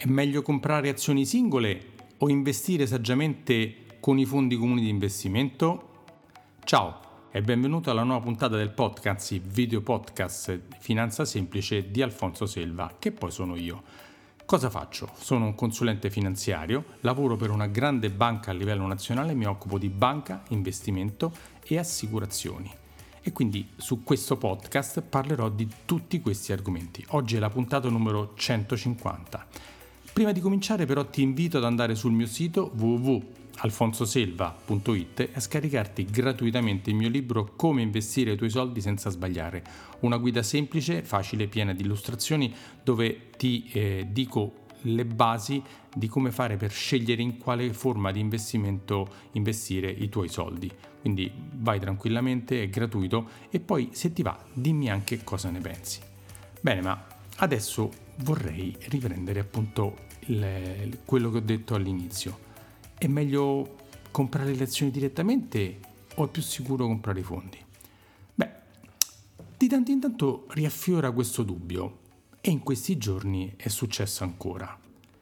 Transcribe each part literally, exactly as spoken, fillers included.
È meglio comprare azioni singole o investire saggiamente con i fondi comuni di investimento? Ciao e benvenuto alla nuova puntata del podcast, anzi video podcast Finanza Semplice di Alfonso Selva, che poi sono io. Cosa faccio? Sono un consulente finanziario, lavoro per una grande banca a livello nazionale, mi occupo di banca, investimento e assicurazioni. E quindi su questo podcast parlerò di tutti questi argomenti. Oggi è la puntata numero centocinquanta. Prima di cominciare però ti invito ad andare sul mio sito w w w punto alfonsoselva punto it e a scaricarti gratuitamente il mio libro Come investire i tuoi soldi senza sbagliare, una guida semplice, facile, piena di illustrazioni dove ti eh, dico le basi di come fare per scegliere in quale forma di investimento investire i tuoi soldi. Quindi vai tranquillamente, è gratuito e poi se ti va dimmi anche cosa ne pensi. Bene, ma adesso vorrei riprendere appunto il, quello che ho detto all'inizio. È meglio comprare le azioni direttamente o è più sicuro comprare i fondi? Beh, di tanto in tanto riaffiora questo dubbio e in questi giorni è successo ancora.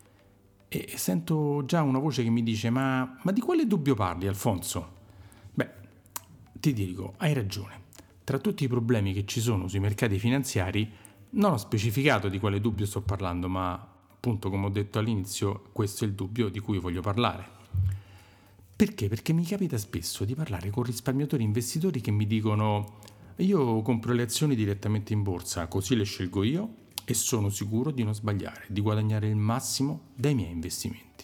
E sento già una voce che mi dice ma, ma di quale dubbio parli, Alfonso? Beh, ti dico, hai ragione. Tra tutti i problemi che ci sono sui mercati finanziari non ho specificato di quale dubbio sto parlando, ma appunto come ho detto all'inizio questo è il dubbio di cui voglio parlare. Perché? Perché mi capita spesso di parlare con risparmiatori investitori che mi dicono io compro le azioni direttamente in borsa, così le scelgo io e sono sicuro di non sbagliare, di guadagnare il massimo dai miei investimenti.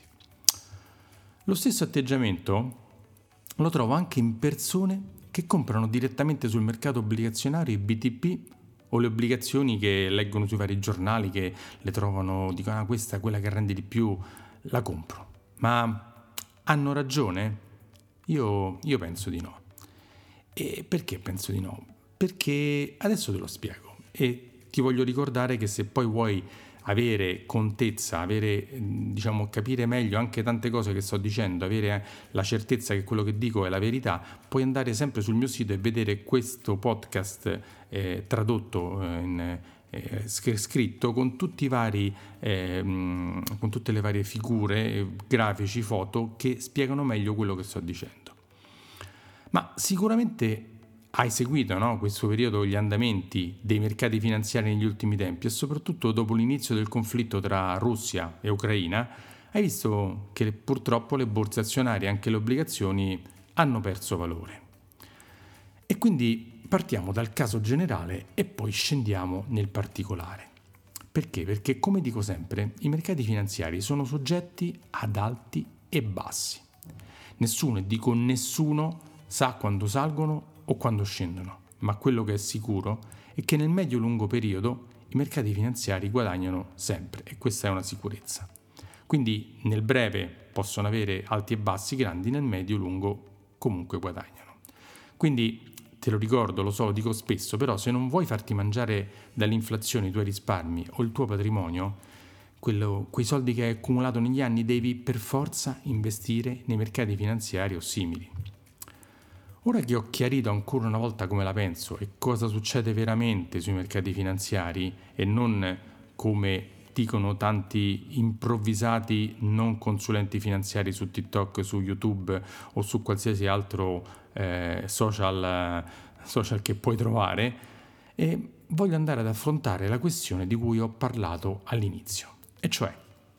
Lo stesso atteggiamento lo trovo anche in persone che comprano direttamente sul mercato obbligazionario i B T P o le obbligazioni che leggono sui vari giornali, che le trovano, dicono ah, questa è quella che rende di più, la compro. Ma hanno ragione? Io, io penso di no. E perché penso di no? Perché adesso te lo spiego e ti voglio ricordare che se poi vuoi avere contezza, avere, diciamo, capire meglio anche tante cose che sto dicendo, avere la certezza che quello che dico è la verità, puoi andare sempre sul mio sito e vedere questo podcast eh, tradotto eh, in eh, scritto con tutti i vari eh, con tutte le varie figure, grafici, foto che spiegano meglio quello che sto dicendo. Ma sicuramente hai seguito, no, questo periodo gli andamenti dei mercati finanziari negli ultimi tempi e soprattutto dopo l'inizio del conflitto tra Russia e Ucraina, hai visto che purtroppo le borse azionarie e anche le obbligazioni hanno perso valore. E quindi partiamo dal caso generale e poi scendiamo nel particolare. Perché? Perché, come dico sempre, i mercati finanziari sono soggetti ad alti e bassi. Nessuno, e dico nessuno, sa quando salgono o quando scendono, ma quello che è sicuro è che nel medio-lungo periodo i mercati finanziari guadagnano sempre e questa è una sicurezza. Quindi nel breve possono avere alti e bassi grandi, nel medio-lungo comunque guadagnano. Quindi te lo ricordo, lo so, lo dico spesso, però se non vuoi farti mangiare dall'inflazione i tuoi risparmi o il tuo patrimonio, quello, quei soldi che hai accumulato negli anni devi per forza investire nei mercati finanziari o simili. Ora che ho chiarito ancora una volta come la penso e cosa succede veramente sui mercati finanziari e non come dicono tanti improvvisati non consulenti finanziari su TikTok, su YouTube o su qualsiasi altro eh, social, social che puoi trovare, e voglio andare ad affrontare la questione di cui ho parlato all'inizio, e cioè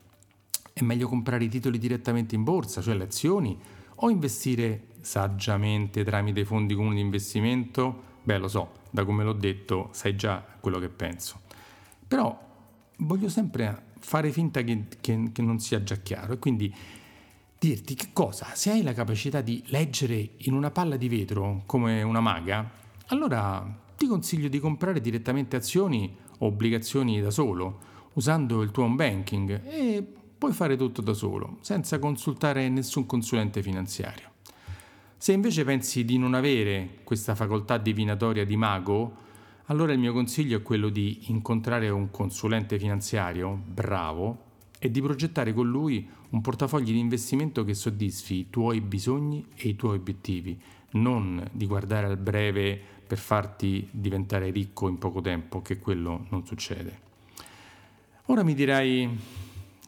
è meglio comprare i titoli direttamente in borsa, cioè le azioni, o investire saggiamente tramite i fondi comuni di investimento? Beh, lo so, da come l'ho detto sai già quello che penso. Però voglio sempre fare finta che, che, che non sia già chiaro e quindi dirti che cosa, se hai la capacità di leggere in una palla di vetro come una maga, allora ti consiglio di comprare direttamente azioni o obbligazioni da solo, usando il tuo home banking, e puoi fare tutto da solo, senza consultare nessun consulente finanziario. Se invece pensi di non avere questa facoltà divinatoria di mago, allora il mio consiglio è quello di incontrare un consulente finanziario bravo e di progettare con lui un portafogli di investimento che soddisfi i tuoi bisogni e i tuoi obiettivi, non di guardare al breve per farti diventare ricco in poco tempo, che quello non succede. Ora mi dirai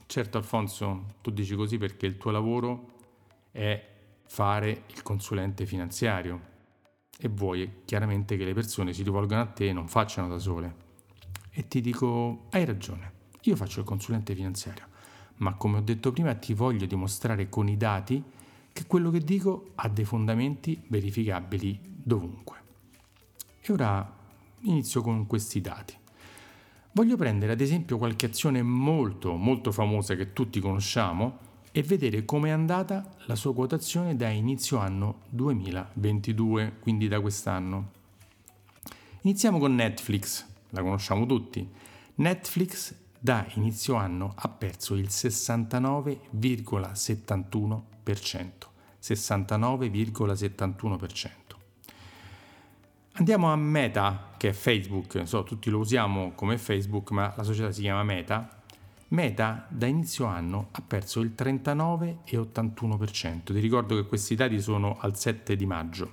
Certo Alfonso, tu dici così perché il tuo lavoro è fare il consulente finanziario e vuoi chiaramente che le persone si rivolgano a te e non facciano da sole. E ti dico, hai ragione, io faccio il consulente finanziario, ma come ho detto prima ti voglio dimostrare con i dati che quello che dico ha dei fondamenti verificabili dovunque. E ora inizio con questi dati. Voglio prendere ad esempio qualche azione molto molto famosa che tutti conosciamo e vedere com'è andata la sua quotazione da inizio anno duemilaventidue, quindi da quest'anno. Iniziamo con Netflix, la conosciamo tutti. Netflix da inizio anno ha perso il sessantanove virgola settantuno per cento. sessantanove virgola settantuno per cento. Andiamo a Meta, che è Facebook, so, tutti lo usiamo come Facebook, ma la società si chiama Meta. Meta da inizio anno ha perso il trentanove virgola ottantuno per cento. Ti ricordo che questi dati sono al sette di maggio.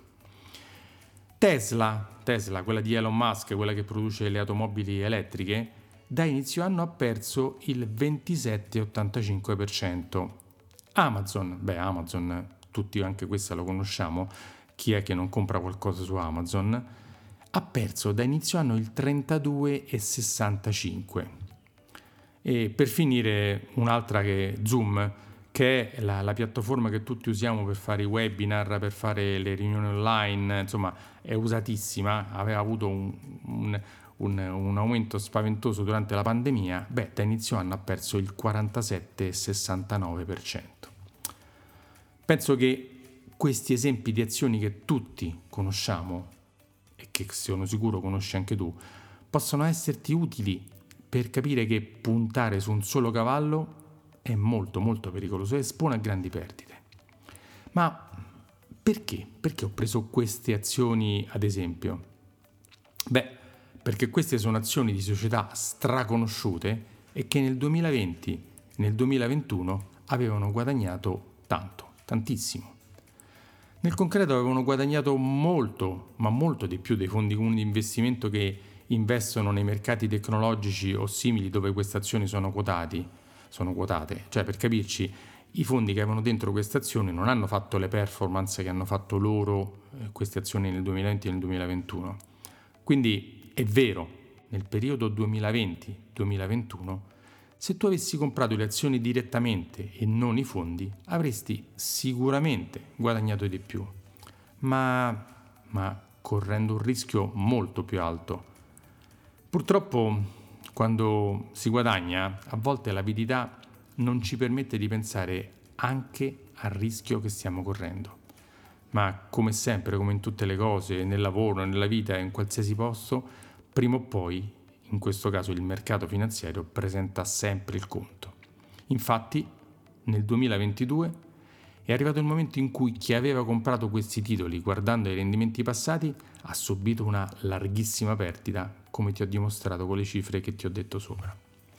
Tesla, Tesla, quella di Elon Musk, quella che produce le automobili elettriche, da inizio anno ha perso il ventisette virgola ottantacinque per cento. Amazon, beh Amazon, tutti anche questa lo conosciamo, chi è che non compra qualcosa su Amazon, ha perso da inizio anno il trentadue virgola sessantacinque per cento. E per finire un'altra che Zoom, che è la, la piattaforma che tutti usiamo per fare i webinar, per fare le riunioni online, insomma è usatissima, aveva avuto un, un, un, un aumento spaventoso durante la pandemia, beh da inizio anno ha perso il quarantasette virgola sessantanove per cento. Penso che questi esempi di azioni che tutti conosciamo e che sono sicuro conosci anche tu, possono esserti utili per capire che puntare su un solo cavallo è molto molto pericoloso e espone a grandi perdite. Ma perché? Perché ho preso queste azioni ad esempio? Beh, perché queste sono azioni di società straconosciute e che nel duemilaventi e nel duemilaventuno avevano guadagnato tanto, tantissimo. Nel concreto avevano guadagnato molto, ma molto di più dei fondi comuni di investimento che investono nei mercati tecnologici o simili dove queste azioni sono quotati, sono quotate. Cioè, per capirci, i fondi che avevano dentro queste azioni non hanno fatto le performance che hanno fatto loro eh, queste azioni nel duemilaventi e nel duemilaventuno. Quindi è vero, nel periodo duemilaventi duemilaventuno, se tu avessi comprato le azioni direttamente e non i fondi, avresti sicuramente guadagnato di più, ma, ma correndo un rischio molto più alto. Purtroppo, quando si guadagna, a volte l'avidità non ci permette di pensare anche al rischio che stiamo correndo. Ma come sempre, come in tutte le cose, nel lavoro, nella vita e in qualsiasi posto, prima o poi, in questo caso il mercato finanziario, presenta sempre il conto. Infatti, nel duemilaventidue è arrivato il momento in cui chi aveva comprato questi titoli guardando ai rendimenti passati ha subito una larghissima perdita, come ti ho dimostrato con le cifre che ti ho detto sopra.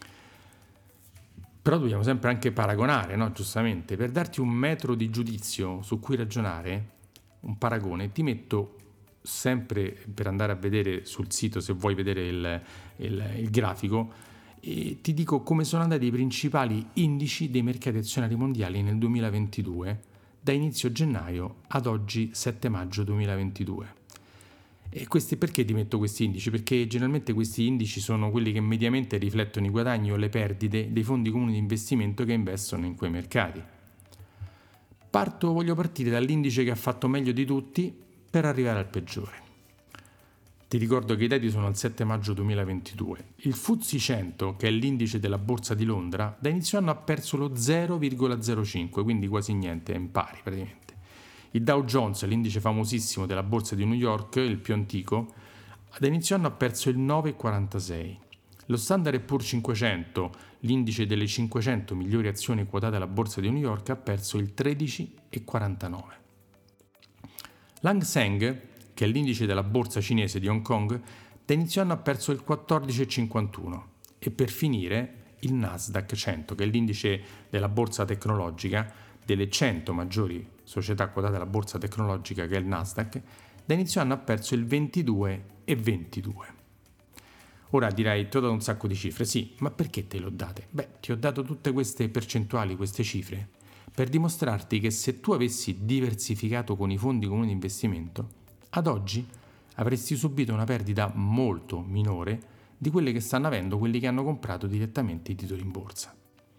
Però dobbiamo sempre anche paragonare, no? Giustamente, per darti un metro di giudizio su cui ragionare, un paragone, ti metto sempre, per andare a vedere sul sito, se vuoi vedere il, il, il grafico, e ti dico come sono andati i principali indici dei mercati azionari mondiali nel duemilaventidue, da inizio gennaio ad oggi sette maggio duemilaventidue. E questi, perché ti metto questi indici? Perché generalmente questi indici sono quelli che mediamente riflettono i guadagni o le perdite dei fondi comuni di investimento che investono in quei mercati. Parto, voglio partire dall'indice che ha fatto meglio di tutti per arrivare al peggiore. Ti ricordo che i dati sono al sette maggio duemilaventidue. Il F T S E cento, che è l'indice della borsa di Londra, da inizio anno ha perso lo zero virgola zero cinque, quindi quasi niente, è in pari praticamente. Il Dow Jones, l'indice famosissimo della borsa di New York, il più antico, da inizio anno ha perso il nove virgola quarantasei. Lo Standard and Poor's cinquecento, l'indice delle cinquecento migliori azioni quotate alla borsa di New York, ha perso il tredici virgola quarantanove. L'Hang Seng, che è l'indice della borsa cinese di Hong Kong, da inizio anno ha perso il quattordici virgola cinquantuno. E per finire il Nasdaq cento, che è l'indice della borsa tecnologica delle cento maggiori società quotate alla borsa tecnologica, che è il Nasdaq, da inizio anno ha perso il ventidue virgola ventidue. Ora dirai, ti ho dato un sacco di cifre. Sì, ma perché te le ho date? Beh, ti ho dato tutte queste percentuali, queste cifre, per dimostrarti che se tu avessi diversificato con i fondi comuni di investimento, ad oggi avresti subito una perdita molto minore di quelle che stanno avendo quelli che hanno comprato direttamente i titoli in borsa.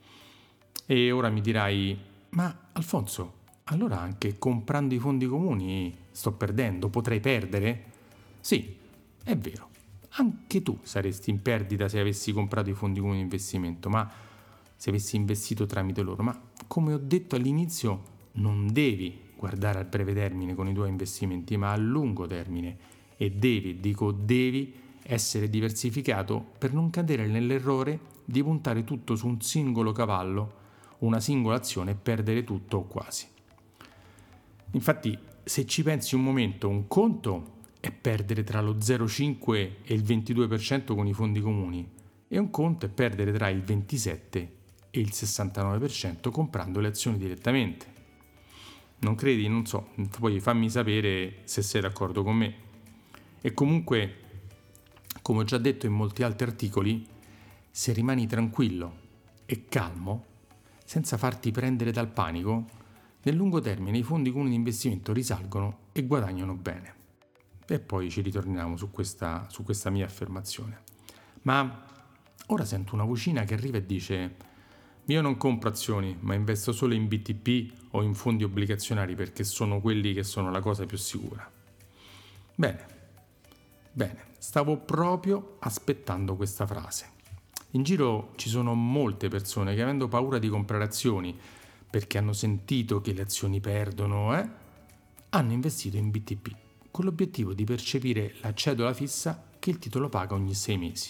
E ora mi dirai, ma Alfonso, allora anche comprando i fondi comuni sto perdendo, potrei perdere? Sì, è vero. Anche tu saresti in perdita se avessi comprato i fondi comuni di investimento, ma se avessi investito tramite loro. Ma come ho detto all'inizio, non devi guardare al breve termine con i tuoi investimenti, ma a lungo termine. E devi, dico devi, essere diversificato per non cadere nell'errore di puntare tutto su un singolo cavallo, una singola azione e perdere tutto o quasi. Infatti, se ci pensi un momento, un conto è perdere tra lo zero virgola cinque e il ventidue per cento con i fondi comuni e un conto è perdere tra il ventisette per cento e il sessantanove per cento comprando le azioni direttamente. Non credi? Non so, poi fammi sapere se sei d'accordo con me. E comunque, come ho già detto in molti altri articoli, se rimani tranquillo e calmo, senza farti prendere dal panico, nel lungo termine i fondi comuni di investimento risalgono e guadagnano bene. E poi ci ritorniamo su questa, su questa mia affermazione. Ma ora sento una vocina che arriva e dice: io non compro azioni, ma investo solo in B T P o in fondi obbligazionari perché sono quelli che sono la cosa più sicura. Bene, bene, stavo proprio aspettando questa frase. In giro ci sono molte persone che, avendo paura di comprare azioni perché hanno sentito che le azioni perdono, eh, hanno investito in B T P, con l'obiettivo di percepire la cedola fissa che il titolo paga ogni sei mesi.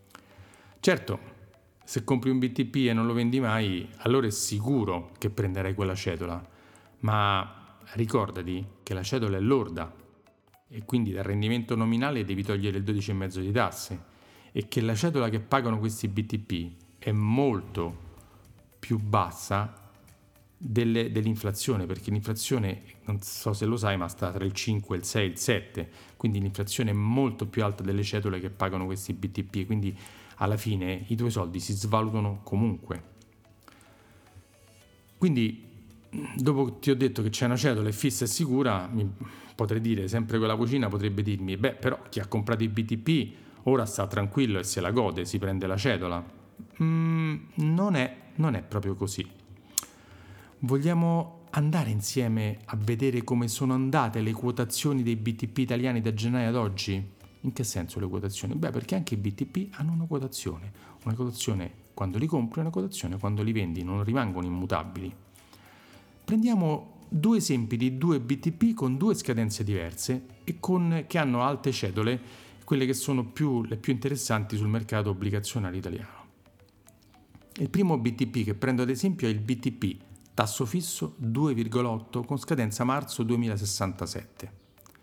Certo, se compri un B T P e non lo vendi mai, allora è sicuro che prenderai quella cedola, ma ricordati che la cedola è lorda e quindi dal rendimento nominale devi togliere il dodici virgola cinque di tasse e che la cedola che pagano questi B T P è molto più bassa Delle, dell'inflazione, perché l'inflazione, non so se lo sai, ma sta tra il cinque, il sei, il sette, quindi l'inflazione è molto più alta delle cedole che pagano questi B T P, quindi alla fine i tuoi soldi si svalutano comunque. Quindi dopo che ti ho detto che c'è una cedola e fissa e sicura, mi potrei dire, sempre quella vocina potrebbe dirmi: beh, però chi ha comprato i B T P ora sta tranquillo e se la gode, si prende la cedola. Mm, non è, non è proprio così. Vogliamo andare insieme a vedere come sono andate le quotazioni dei B T P italiani da gennaio ad oggi? In che senso le quotazioni? Beh, perché anche i B T P hanno una quotazione. Una quotazione quando li compri e una quotazione quando li vendi, non rimangono immutabili. Prendiamo due esempi di due B T P con due scadenze diverse e con, che hanno alte cedole, quelle che sono più, le più interessanti sul mercato obbligazionario italiano. Il primo B T P che prendo ad esempio è il B T P tasso fisso due virgola otto con scadenza marzo duemilasessantasette.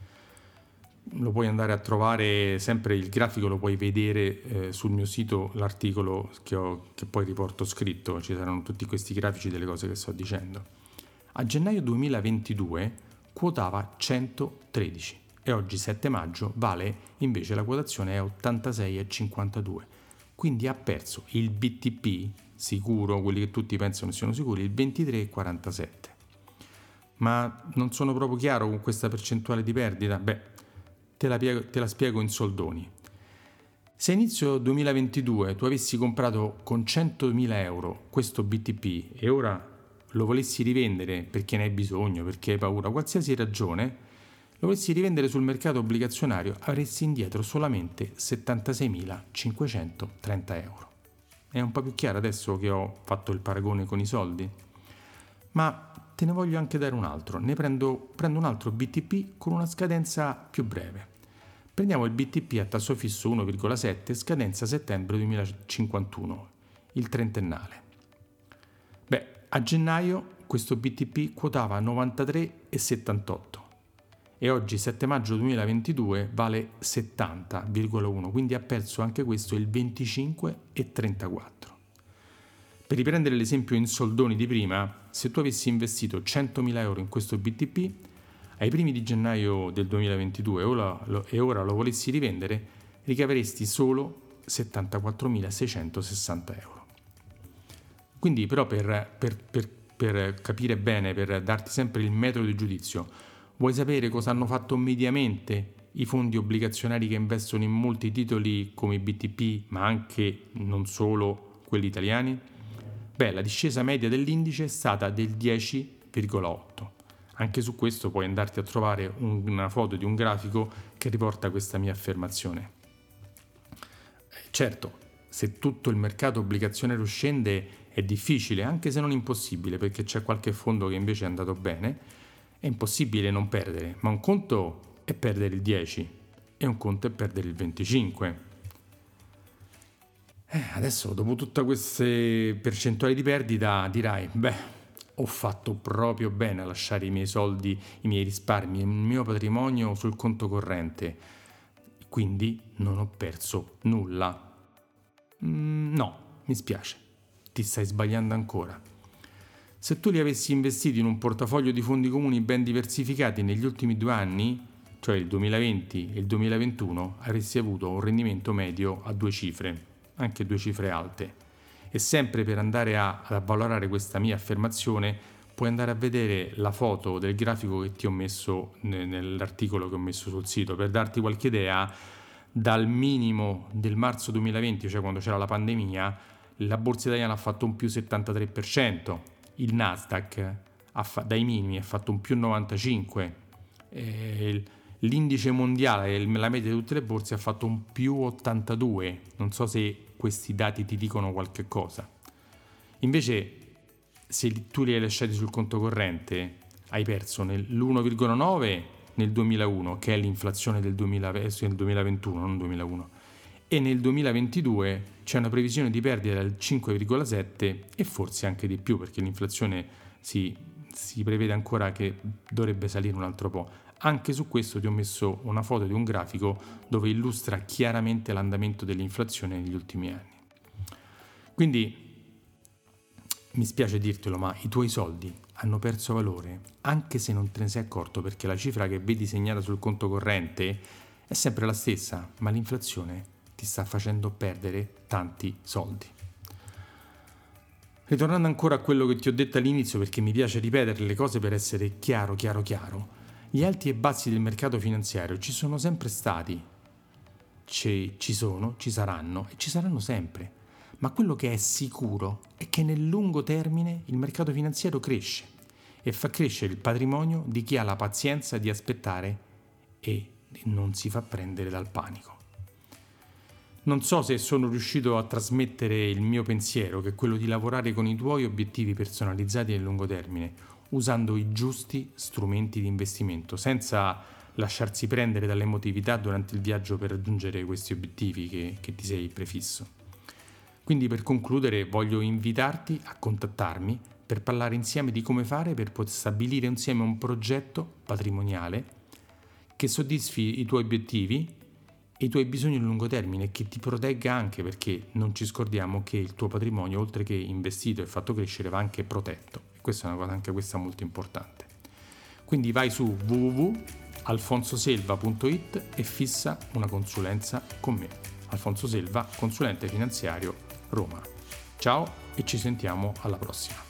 Lo puoi andare a trovare, sempre il grafico lo puoi vedere eh, sul mio sito, l'articolo che, ho, che poi riporto scritto, ci saranno tutti questi grafici delle cose che sto dicendo. A gennaio duemilaventidue quotava centotredici e oggi sette maggio vale invece, la quotazione è ottantasei virgola cinquantadue, quindi ha perso il B T P sicuro, quelli che tutti pensano siano sicuri, il ventitré virgola quarantasette. Ma non sono proprio chiaro con questa percentuale di perdita? Beh, te la, piego, te la spiego in soldoni. Se a inizio duemilaventidue tu avessi comprato con centomila euro questo B T P e ora lo volessi rivendere perché ne hai bisogno, perché hai paura, qualsiasi ragione, lo volessi rivendere sul mercato obbligazionario, avresti indietro solamente settantaseimilacinquecentotrenta euro. È un po' più chiaro adesso che ho fatto il paragone con i soldi? Ma te ne voglio anche dare un altro. Ne prendo, prendo un altro B T P con una scadenza più breve. Prendiamo il B T P a tasso fisso uno virgola sette, scadenza settembre duemilacinquantuno, il trentennale. Beh, a gennaio questo B T P quotava novantatré virgola settantotto e oggi sette maggio duemilaventidue vale settanta virgola uno, quindi ha perso anche questo il venticinque virgola trentaquattro. Per riprendere l'esempio in soldoni di prima, se tu avessi investito centomila euro in questo B T P ai primi di gennaio del duemilaventidue e ora lo volessi rivendere, ricaveresti solo settantaquattromilaseicentosessanta euro. Quindi però per, per, per, per capire bene, per darti sempre il metodo di giudizio, vuoi sapere cosa hanno fatto mediamente i fondi obbligazionari che investono in molti titoli come i B T P, ma anche non solo quelli italiani? Beh, la discesa media dell'indice è stata del dieci virgola otto. Anche su questo puoi andarti a trovare una foto di un grafico che riporta questa mia affermazione. Certo, se tutto il mercato obbligazionario scende è difficile, anche se non impossibile, perché c'è qualche fondo che invece è andato bene. È impossibile non perdere, ma un conto è perdere il dieci e un conto è perdere il venticinque. Eh, adesso, dopo tutte queste percentuali di perdita, dirai, beh, ho fatto proprio bene a lasciare i miei soldi, i miei risparmi, il mio patrimonio sul conto corrente, quindi non ho perso nulla. Mm, no, mi spiace, ti stai sbagliando ancora. Se tu li avessi investiti in un portafoglio di fondi comuni ben diversificati negli ultimi due anni, cioè il duemilaventi e il duemilaventuno, avresti avuto un rendimento medio a due cifre, anche due cifre alte. E sempre per andare a, ad avvalorare questa mia affermazione, puoi andare a vedere la foto del grafico che ti ho messo nell'articolo che ho messo sul sito, per darti qualche idea. Dal minimo del marzo duemilaventi, cioè quando c'era la pandemia, la borsa italiana ha fatto un più settantatré per cento, il Nasdaq ha fa- dai minimi ha fatto un più novantacinque per cento, eh, l'indice mondiale, la media di tutte le borse, ha fatto un più ottantadue per cento. Non so se questi dati ti dicono qualche cosa. Invece, se tu li hai lasciati sul conto corrente, hai perso nell'uno virgola nove per cento nel duemilauno, che è l'inflazione del duemila, nel duemilaventuno, non duemilauno, e nel duemilaventidue c'è una previsione di perdita del cinque virgola sette per cento e forse anche di più, perché l'inflazione si, si prevede ancora che dovrebbe salire un altro po'. Anche su questo ti ho messo una foto di un grafico dove illustra chiaramente l'andamento dell'inflazione negli ultimi anni. Quindi mi spiace dirtelo, ma i tuoi soldi hanno perso valore, anche se non te ne sei accorto, perché la cifra che vedi segnata sul conto corrente è sempre la stessa, ma l'inflazione ti sta facendo perdere tanti soldi. Ritornando ancora a quello che ti ho detto all'inizio, perché mi piace ripetere le cose per essere chiaro, chiaro, chiaro, gli alti e bassi del mercato finanziario ci sono sempre stati, ci, ci sono, ci saranno e ci saranno sempre. Ma quello che è sicuro è che nel lungo termine il mercato finanziario cresce e fa crescere il patrimonio di chi ha la pazienza di aspettare e non si fa prendere dal panico. Non so se sono riuscito a trasmettere il mio pensiero, che è quello di lavorare con i tuoi obiettivi personalizzati nel lungo termine, usando i giusti strumenti di investimento, senza lasciarsi prendere dall'emotività durante il viaggio per raggiungere questi obiettivi che, che ti sei prefisso. Quindi, per concludere, voglio invitarti a contattarmi per parlare insieme di come fare per poter stabilire insieme un progetto patrimoniale che soddisfi i tuoi obiettivi e i tuoi bisogni a lungo termine e che ti protegga anche, perché non ci scordiamo che il tuo patrimonio, oltre che investito e fatto crescere, va anche protetto. E questa è una cosa, anche questa, molto importante. Quindi vai su w w w punto alfonsoselva punto it e fissa una consulenza con me. Alfonso Selva, consulente finanziario, Roma. Ciao e ci sentiamo alla prossima.